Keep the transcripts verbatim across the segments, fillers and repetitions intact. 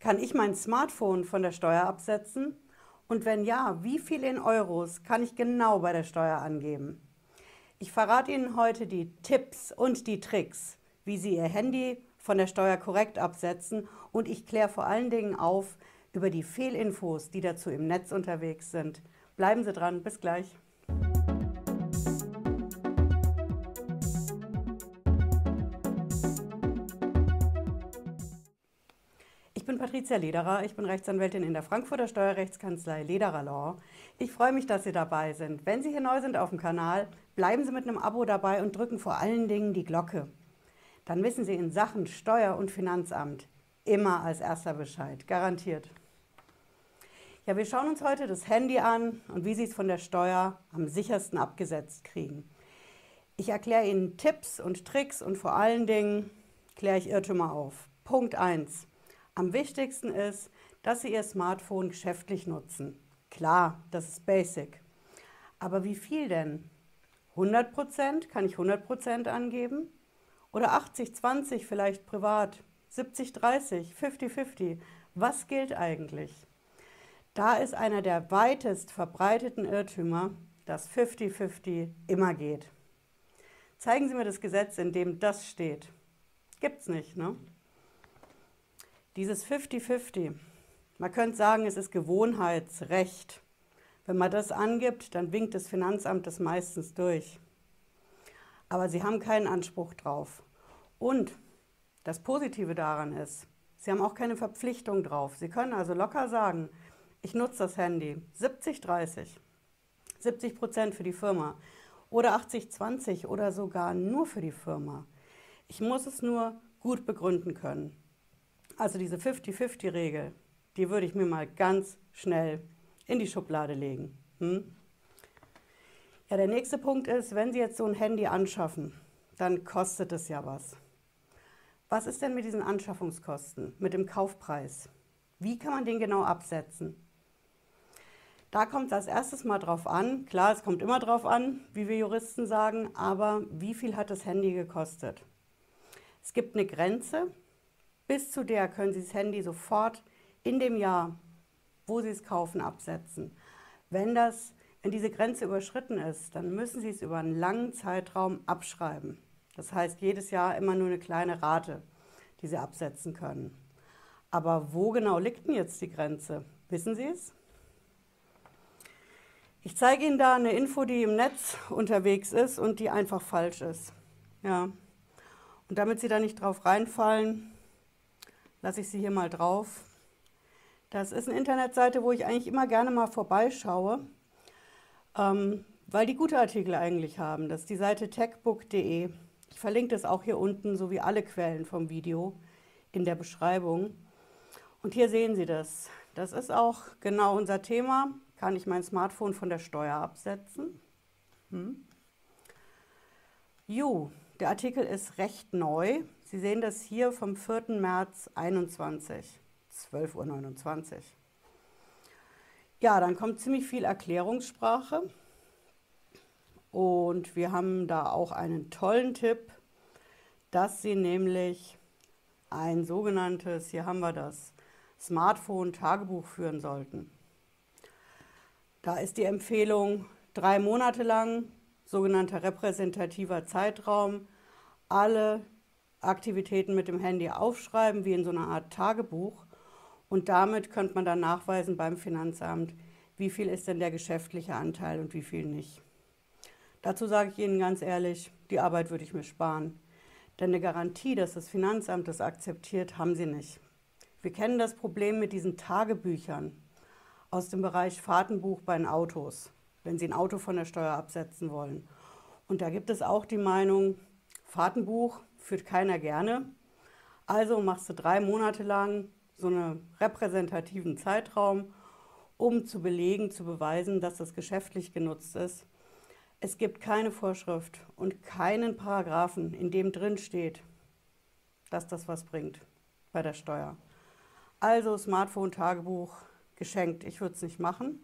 Kann ich mein Smartphone von der Steuer absetzen? Und wenn ja, wie viel in Euros kann ich genau bei der Steuer angeben? Ich verrate Ihnen heute die Tipps und die Tricks, wie Sie Ihr Handy von der Steuer korrekt absetzen, und ich kläre vor allen Dingen auf über die Fehlinfos, die dazu im Netz unterwegs sind. Bleiben Sie dran, bis gleich. Ich bin Patricia Lederer, ich bin Rechtsanwältin in der Frankfurter Steuerrechtskanzlei Lederer Law. Ich freue mich, dass Sie dabei sind. Wenn Sie hier neu sind auf dem Kanal, bleiben Sie mit einem Abo dabei und drücken vor allen Dingen die Glocke. Dann wissen Sie in Sachen Steuer- und Finanzamt immer als erster Bescheid, garantiert. Ja, wir schauen uns heute das Handy an und wie Sie es von der Steuer am sichersten abgesetzt kriegen. Ich erkläre Ihnen Tipps und Tricks und vor allen Dingen kläre ich Irrtümer auf. Punkt eins. Am wichtigsten ist, dass Sie Ihr Smartphone geschäftlich nutzen. Klar, das ist basic. Aber wie viel denn? hundert Prozent? Kann ich hundert Prozent angeben? Oder achtzig zwanzig vielleicht privat? siebzig dreißig? fünfzig fünfzig? Was gilt eigentlich? Da ist einer der weitest verbreiteten Irrtümer, dass fünfzig fünfzig immer geht. Zeigen Sie mir das Gesetz, in dem das steht. Gibt's nicht, ne? Dieses fünfzig fünfzig, man könnte sagen, es ist Gewohnheitsrecht. Wenn man das angibt, dann winkt das Finanzamt das meistens durch. Aber Sie haben keinen Anspruch drauf. Und das Positive daran ist, Sie haben auch keine Verpflichtung drauf. Sie können also locker sagen, ich nutze das Handy siebzig dreißig, siebzig Prozent für die Firma oder achtzig zwanzig oder sogar nur für die Firma. Ich muss es nur gut begründen können. Also diese fünfzig fünfzig Regel, die würde ich mir mal ganz schnell in die Schublade legen. Hm? Ja, der nächste Punkt ist, wenn Sie jetzt so ein Handy anschaffen, dann kostet es ja was. Was ist denn mit diesen Anschaffungskosten, mit dem Kaufpreis? Wie kann man den genau absetzen? Da kommt es als erstes mal drauf an, klar, es kommt immer drauf an, wie wir Juristen sagen, aber wie viel hat das Handy gekostet? Es gibt eine Grenze, bis zu der können Sie das Handy sofort in dem Jahr, wo Sie es kaufen, absetzen. Wenn, das, wenn diese Grenze überschritten ist, dann müssen Sie es über einen langen Zeitraum abschreiben. Das heißt, jedes Jahr immer nur eine kleine Rate, die Sie absetzen können. Aber wo genau liegt denn jetzt die Grenze? Wissen Sie es? Ich zeige Ihnen da eine Info, die im Netz unterwegs ist und die einfach falsch ist. Ja. Und damit Sie da nicht drauf reinfallen, lasse ich Sie hier mal drauf. Das ist eine Internetseite, wo ich eigentlich immer gerne mal vorbeischaue, ähm, weil die gute Artikel eigentlich haben. Das ist die Seite techbook punkt de. Ich verlinke das auch hier unten, sowie alle Quellen vom Video in der Beschreibung. Und hier sehen Sie das. Das ist auch genau unser Thema. Kann ich mein Smartphone von der Steuer absetzen? Hm. Jo, der Artikel ist recht neu. Sie sehen das hier vom vierten März einundzwanzig, zwölf Uhr neunundzwanzig. Ja, dann kommt ziemlich viel Erklärungssprache. Und wir haben da auch einen tollen Tipp, dass Sie nämlich ein sogenanntes, hier haben wir das, Smartphone-Tagebuch führen sollten. Da ist die Empfehlung, drei Monate lang, sogenannter repräsentativer Zeitraum, alle Aktivitäten mit dem Handy aufschreiben, wie in so einer Art Tagebuch. Und damit könnte man dann nachweisen beim Finanzamt, wie viel ist denn der geschäftliche Anteil und wie viel nicht. Dazu sage ich Ihnen ganz ehrlich, die Arbeit würde ich mir sparen. Denn eine Garantie, dass das Finanzamt das akzeptiert, haben Sie nicht. Wir kennen das Problem mit diesen Tagebüchern aus dem Bereich Fahrtenbuch bei den Autos, wenn Sie ein Auto von der Steuer absetzen wollen. Und da gibt es auch die Meinung, Fahrtenbuch führt keiner gerne. Also machst du drei Monate lang so einen repräsentativen Zeitraum, um zu belegen, zu beweisen, dass das geschäftlich genutzt ist. Es gibt keine Vorschrift und keinen Paragraphen, in dem drin steht, dass das was bringt bei der Steuer. Also Smartphone, Tagebuch, geschenkt. Ich würde es nicht machen.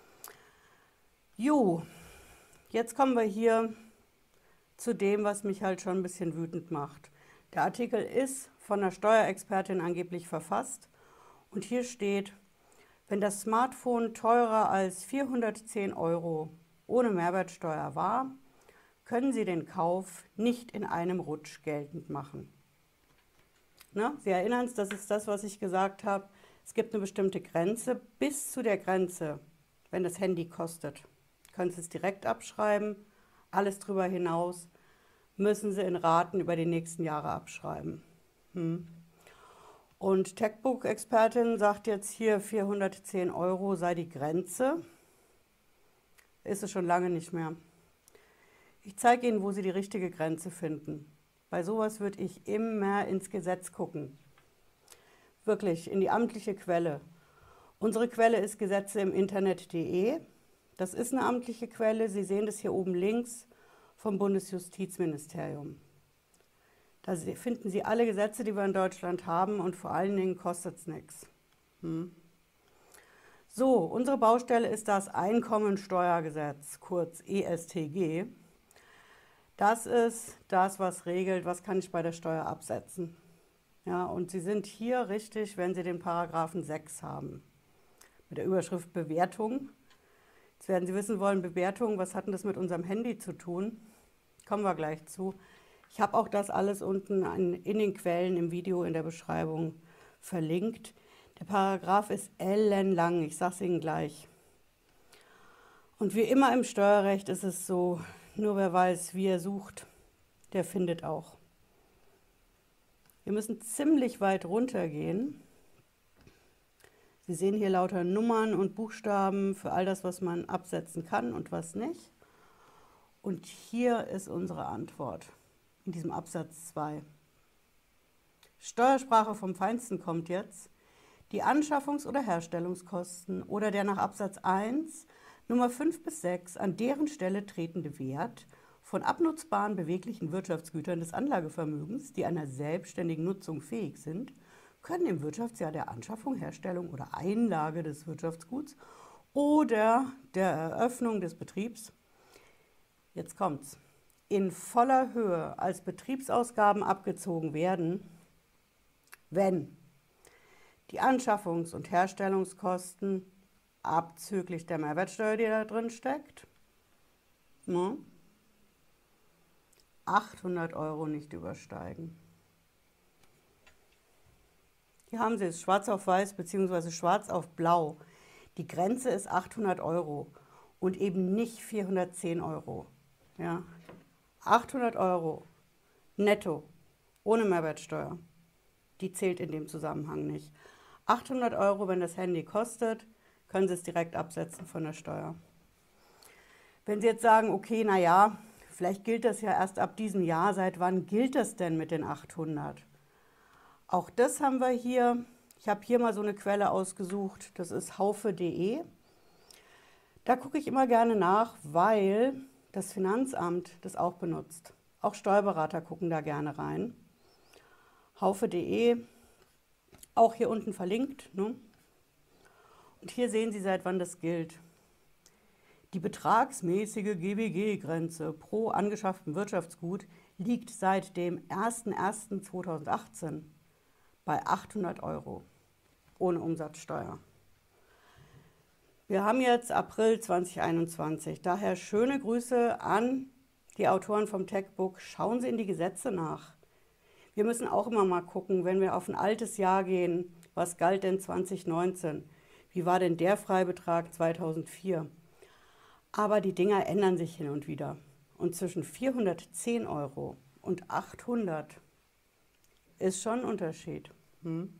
Jo, jetzt kommen wir hier zu dem, was mich halt schon ein bisschen wütend macht. Der Artikel ist von einer Steuerexpertin angeblich verfasst Und hier steht, wenn das Smartphone teurer als vierhundertzehn Euro ohne Mehrwertsteuer war, können Sie den Kauf nicht in einem Rutsch geltend machen. Ne? Sie erinnern sich, das ist das, was ich gesagt habe. Es gibt eine bestimmte Grenze. Bis zu der Grenze, wenn das Handy kostet, können Sie es direkt abschreiben. Alles darüber hinaus müssen Sie in Raten über die nächsten Jahre abschreiben. Hm. Und Techbook-Expertin sagt jetzt hier, vierhundertzehn Euro sei die Grenze. Ist es schon lange nicht mehr. Ich zeige Ihnen, wo Sie die richtige Grenze finden. Bei sowas würde ich immer ins Gesetz gucken. Wirklich, in die amtliche Quelle. Unsere Quelle ist Gesetze im Internet punkt de. Das ist eine amtliche Quelle. Sie sehen das hier oben links vom Bundesjustizministerium. Da finden Sie alle Gesetze, die wir in Deutschland haben, und vor allen Dingen kostet es nichts. Hm. So, unsere Baustelle ist das Einkommensteuergesetz, kurz E S T G. Das ist das, was regelt, was kann ich bei der Steuer absetzen. Ja, und Sie sind hier richtig, wenn Sie den Paragraphen sechs haben, mit der Überschrift Bewertung. Jetzt werden Sie wissen wollen, Bewertung, was hat denn das mit unserem Handy zu tun? Kommen wir gleich zu. Ich habe auch das alles unten an, in den Quellen im Video in der Beschreibung verlinkt. Der Paragraph ist ellenlang, ich sage es Ihnen gleich. Und wie immer im Steuerrecht ist es so, nur wer weiß, wie er sucht, der findet auch. Wir müssen ziemlich weit runtergehen. Sie sehen hier lauter Nummern und Buchstaben für all das, was man absetzen kann und was nicht. Und hier ist unsere Antwort in diesem Absatz zwei. Steuersprache vom Feinsten kommt jetzt. Die Anschaffungs- oder Herstellungskosten oder der nach Absatz eins Nummer fünf bis sechs an deren Stelle tretende Wert von abnutzbaren beweglichen Wirtschaftsgütern des Anlagevermögens, die einer selbstständigen Nutzung fähig sind, können im Wirtschaftsjahr der Anschaffung, Herstellung oder Einlage des Wirtschaftsguts oder der Eröffnung des Betriebs, jetzt kommt's, in voller Höhe als Betriebsausgaben abgezogen werden, wenn die Anschaffungs- und Herstellungskosten abzüglich der Mehrwertsteuer, die da drin steckt, ne, achthundert Euro nicht übersteigen. Hier haben Sie es schwarz auf weiß bzw. schwarz auf blau. Die Grenze ist achthundert Euro und eben nicht vierhundertzehn Euro. Ja. achthundert Euro netto, ohne Mehrwertsteuer, die zählt in dem Zusammenhang nicht. achthundert Euro, wenn das Handy kostet, können Sie es direkt absetzen von der Steuer. Wenn Sie jetzt sagen, okay, naja, vielleicht gilt das ja erst ab diesem Jahr, seit wann gilt das denn mit den achthundert? Auch das haben wir hier. Ich habe hier mal so eine Quelle ausgesucht, das ist haufe punkt de. Da gucke ich immer gerne nach, weil das Finanzamt das auch benutzt. Auch Steuerberater gucken da gerne rein. haufe punkt de, auch hier unten verlinkt. Ne? Und hier sehen Sie, seit wann das gilt. Die betragsmäßige G B G-Grenze pro angeschafftem Wirtschaftsgut liegt seit dem ersten ersten zweitausendachtzehn bei achthundert Euro ohne Umsatzsteuer. Wir haben jetzt April zweitausendeinundzwanzig, daher schöne Grüße an die Autoren vom Techbook. Schauen Sie in die Gesetze nach. Wir müssen auch immer mal gucken, wenn wir auf ein altes Jahr gehen, was galt denn zweitausendneunzehn? Wie war denn der Freibetrag zweitausendvier? Aber die Dinger ändern sich hin und wieder. Und zwischen vierhundertzehn Euro und achthundert ist schon ein Unterschied. Hm?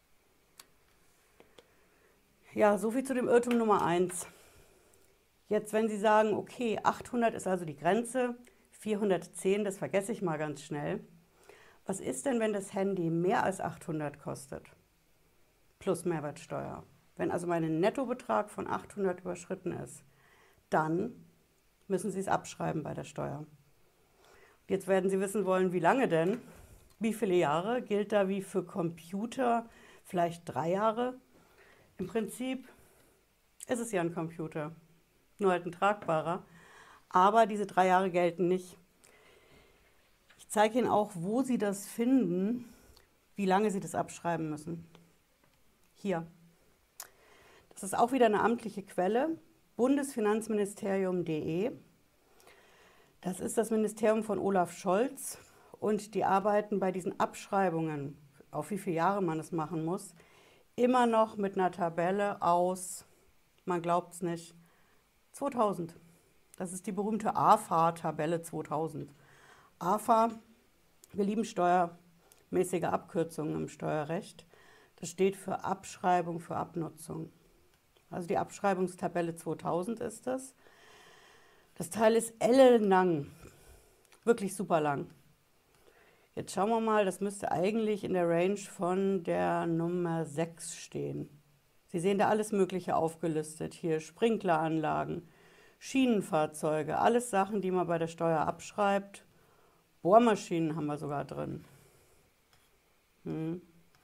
Ja, soviel zu dem Irrtum Nummer eins. Jetzt, wenn Sie sagen, okay, achthundert ist also die Grenze, vierhundertzehn, das vergesse ich mal ganz schnell. Was ist denn, wenn das Handy mehr als achthundert kostet? Plus Mehrwertsteuer. Wenn also mein Nettobetrag von achthundert überschritten ist, dann müssen Sie es abschreiben bei der Steuer. Jetzt werden Sie wissen wollen, wie lange denn? Wie viele Jahre? Gilt da wie für Computer vielleicht drei Jahre? Im Prinzip ist es ja ein Computer, nur halt ein tragbarer. Aber diese drei Jahre gelten nicht. Ich zeige Ihnen auch, wo Sie das finden, wie lange Sie das abschreiben müssen. Hier. Das ist auch wieder eine amtliche Quelle, bundesfinanzministerium punkt de. Das ist das Ministerium von Olaf Scholz und die arbeiten bei diesen Abschreibungen, auf wie viele Jahre man es machen muss, immer noch mit einer Tabelle aus, man glaubt es nicht, zweitausend. Das ist die berühmte A F A-Tabelle zweitausend. A F A, wir lieben steuermäßige Abkürzungen im Steuerrecht. Das steht für Abschreibung für Abnutzung. Also die Abschreibungstabelle zweitausend ist das. Das Teil ist ellenlang, wirklich super lang. Jetzt schauen wir mal, das müsste eigentlich in der Range von der Nummer sechs stehen. Sie sehen da alles Mögliche aufgelistet. Hier Sprinkleranlagen, Schienenfahrzeuge, alles Sachen, die man bei der Steuer abschreibt. Bohrmaschinen haben wir sogar drin. Hm.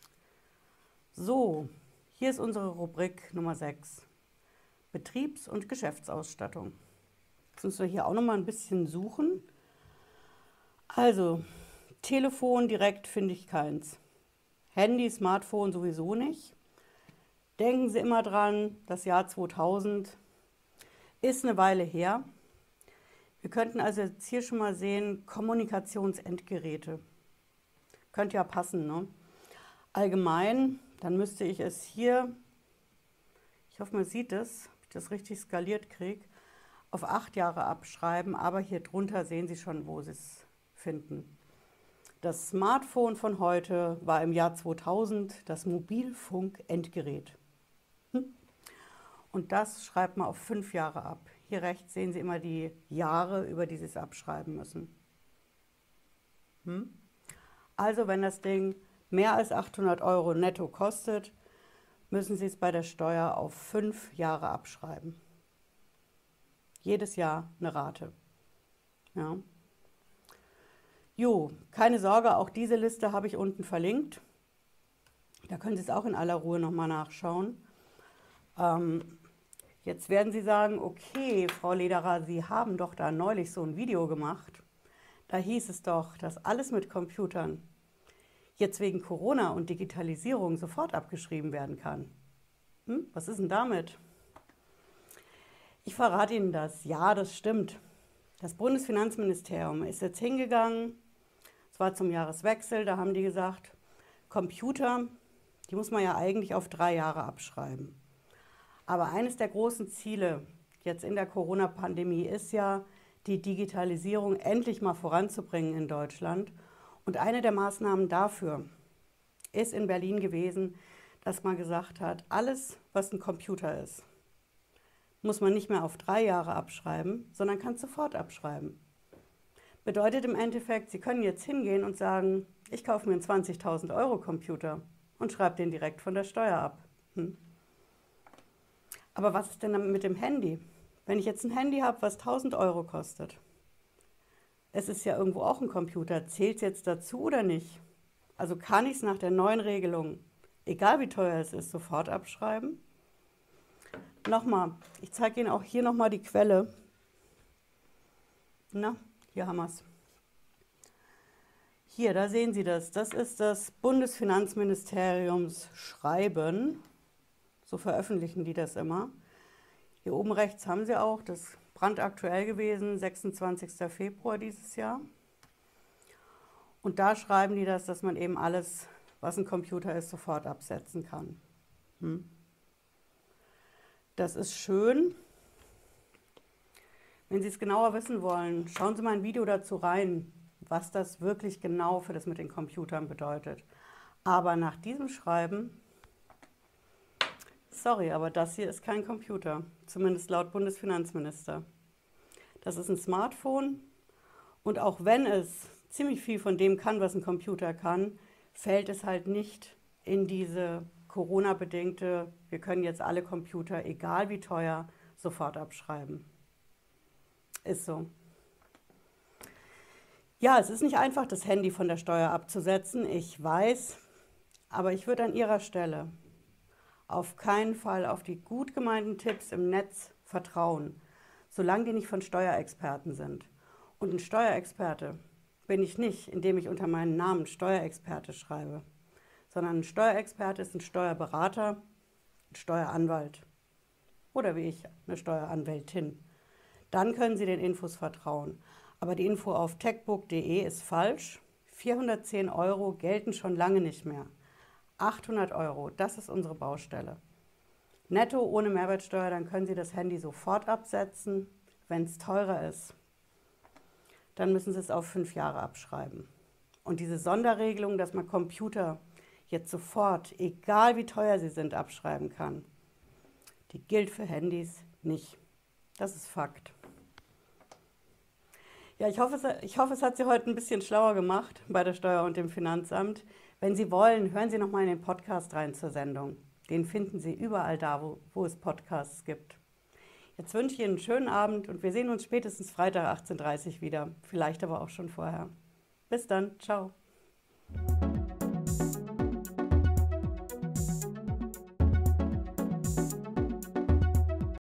So, hier ist unsere Rubrik Nummer sechs. Betriebs- und Geschäftsausstattung. Jetzt müssen wir hier auch noch mal ein bisschen suchen. Also, Telefon direkt finde ich keins. Handy, Smartphone sowieso nicht. Denken Sie immer dran, das Jahr zweitausend ist eine Weile her. Wir könnten also jetzt hier schon mal sehen, Kommunikationsendgeräte. Könnte ja passen, ne? Allgemein, dann müsste ich es hier, ich hoffe, man sieht es, ob ich das richtig skaliert kriege, auf acht Jahre abschreiben, aber hier drunter sehen Sie schon, wo Sie es finden. Das Smartphone von heute war im Jahr zweitausend das Mobilfunkendgerät. Hm? Und das schreibt man auf fünf Jahre ab. Hier rechts sehen Sie immer die Jahre, über die Sie es abschreiben müssen. Hm? Also wenn das Ding mehr als achthundert Euro netto kostet, müssen Sie es bei der Steuer auf fünf Jahre abschreiben. Jedes Jahr eine Rate. Ja. Jo, keine Sorge, auch diese Liste habe ich unten verlinkt. Da können Sie es auch in aller Ruhe nochmal nachschauen. Ähm, jetzt werden Sie sagen, okay, Frau Lederer, Sie haben doch da neulich so ein Video gemacht. Da hieß es doch, dass alles mit Computern jetzt wegen Corona und Digitalisierung sofort abgeschrieben werden kann. Hm, was ist denn damit? Ich verrate Ihnen das. Ja, das stimmt. Das Bundesfinanzministerium ist jetzt hingegangen, es war zum Jahreswechsel, da haben die gesagt, Computer, die muss man ja eigentlich auf drei Jahre abschreiben. Aber eines der großen Ziele jetzt in der Corona-Pandemie ist ja, die Digitalisierung endlich mal voranzubringen in Deutschland. Und eine der Maßnahmen dafür ist in Berlin gewesen, dass man gesagt hat, alles, was ein Computer ist, muss man nicht mehr auf drei Jahre abschreiben, sondern kann sofort abschreiben. Bedeutet im Endeffekt, Sie können jetzt hingehen und sagen, ich kaufe mir einen zwanzigtausend Euro Computer und schreibe den direkt von der Steuer ab. Hm. Aber was ist denn mit dem Handy? Wenn ich jetzt ein Handy habe, was tausend Euro kostet, es ist ja irgendwo auch ein Computer, zählt es jetzt dazu oder nicht? Also kann ich es nach der neuen Regelung, egal wie teuer es ist, sofort abschreiben? Nochmal, ich zeige Ihnen auch hier nochmal die Quelle. Na, hier haben wir es. Hier, da sehen Sie das. Das ist das Bundesfinanzministeriums Schreiben. So veröffentlichen die das immer. Hier oben rechts haben Sie auch, das ist brandaktuell gewesen, sechsundzwanzigster Februar dieses Jahr. Und da schreiben die das, dass man eben alles, was ein Computer ist, sofort absetzen kann. Hm. Das ist schön. Wenn Sie es genauer wissen wollen, schauen Sie mal ein Video dazu rein, was das wirklich genau für das mit den Computern bedeutet. Aber nach diesem Schreiben, sorry, aber das hier ist kein Computer, zumindest laut Bundesfinanzminister. Das ist ein Smartphone und auch wenn es ziemlich viel von dem kann, was ein Computer kann, fällt es halt nicht in diese Corona-bedingte, wir können jetzt alle Computer, egal wie teuer, sofort abschreiben. Ist so. Ja, es ist nicht einfach, das Handy von der Steuer abzusetzen, ich weiß, aber ich würde an Ihrer Stelle auf keinen Fall auf die gut gemeinten Tipps im Netz vertrauen, solange die nicht von Steuerexperten sind. Und ein Steuerexperte bin ich nicht, indem ich unter meinen Namen Steuerexperte schreibe, sondern ein Steuerexperte ist ein Steuerberater, ein Steueranwalt oder wie ich, eine Steueranwältin. Dann können Sie den Infos vertrauen. Aber die Info auf techbook punkt de ist falsch. vierhundertzehn Euro gelten schon lange nicht mehr. achthundert Euro, das ist unsere Baustelle. Netto ohne Mehrwertsteuer, dann können Sie das Handy sofort absetzen. Wenn es teurer ist, dann müssen Sie es auf fünf Jahre abschreiben. Und diese Sonderregelung, dass man Computer jetzt sofort, egal wie teuer sie sind, abschreiben kann, die gilt für Handys nicht. Das ist Fakt. Ja, ich hoffe, es, ich hoffe, es hat Sie heute ein bisschen schlauer gemacht bei der Steuer und dem Finanzamt. Wenn Sie wollen, hören Sie noch mal in den Podcast rein zur Sendung. Den finden Sie überall da, wo, wo es Podcasts gibt. Jetzt wünsche ich Ihnen einen schönen Abend und wir sehen uns spätestens Freitag achtzehn Uhr dreißig wieder. Vielleicht aber auch schon vorher. Bis dann. Ciao.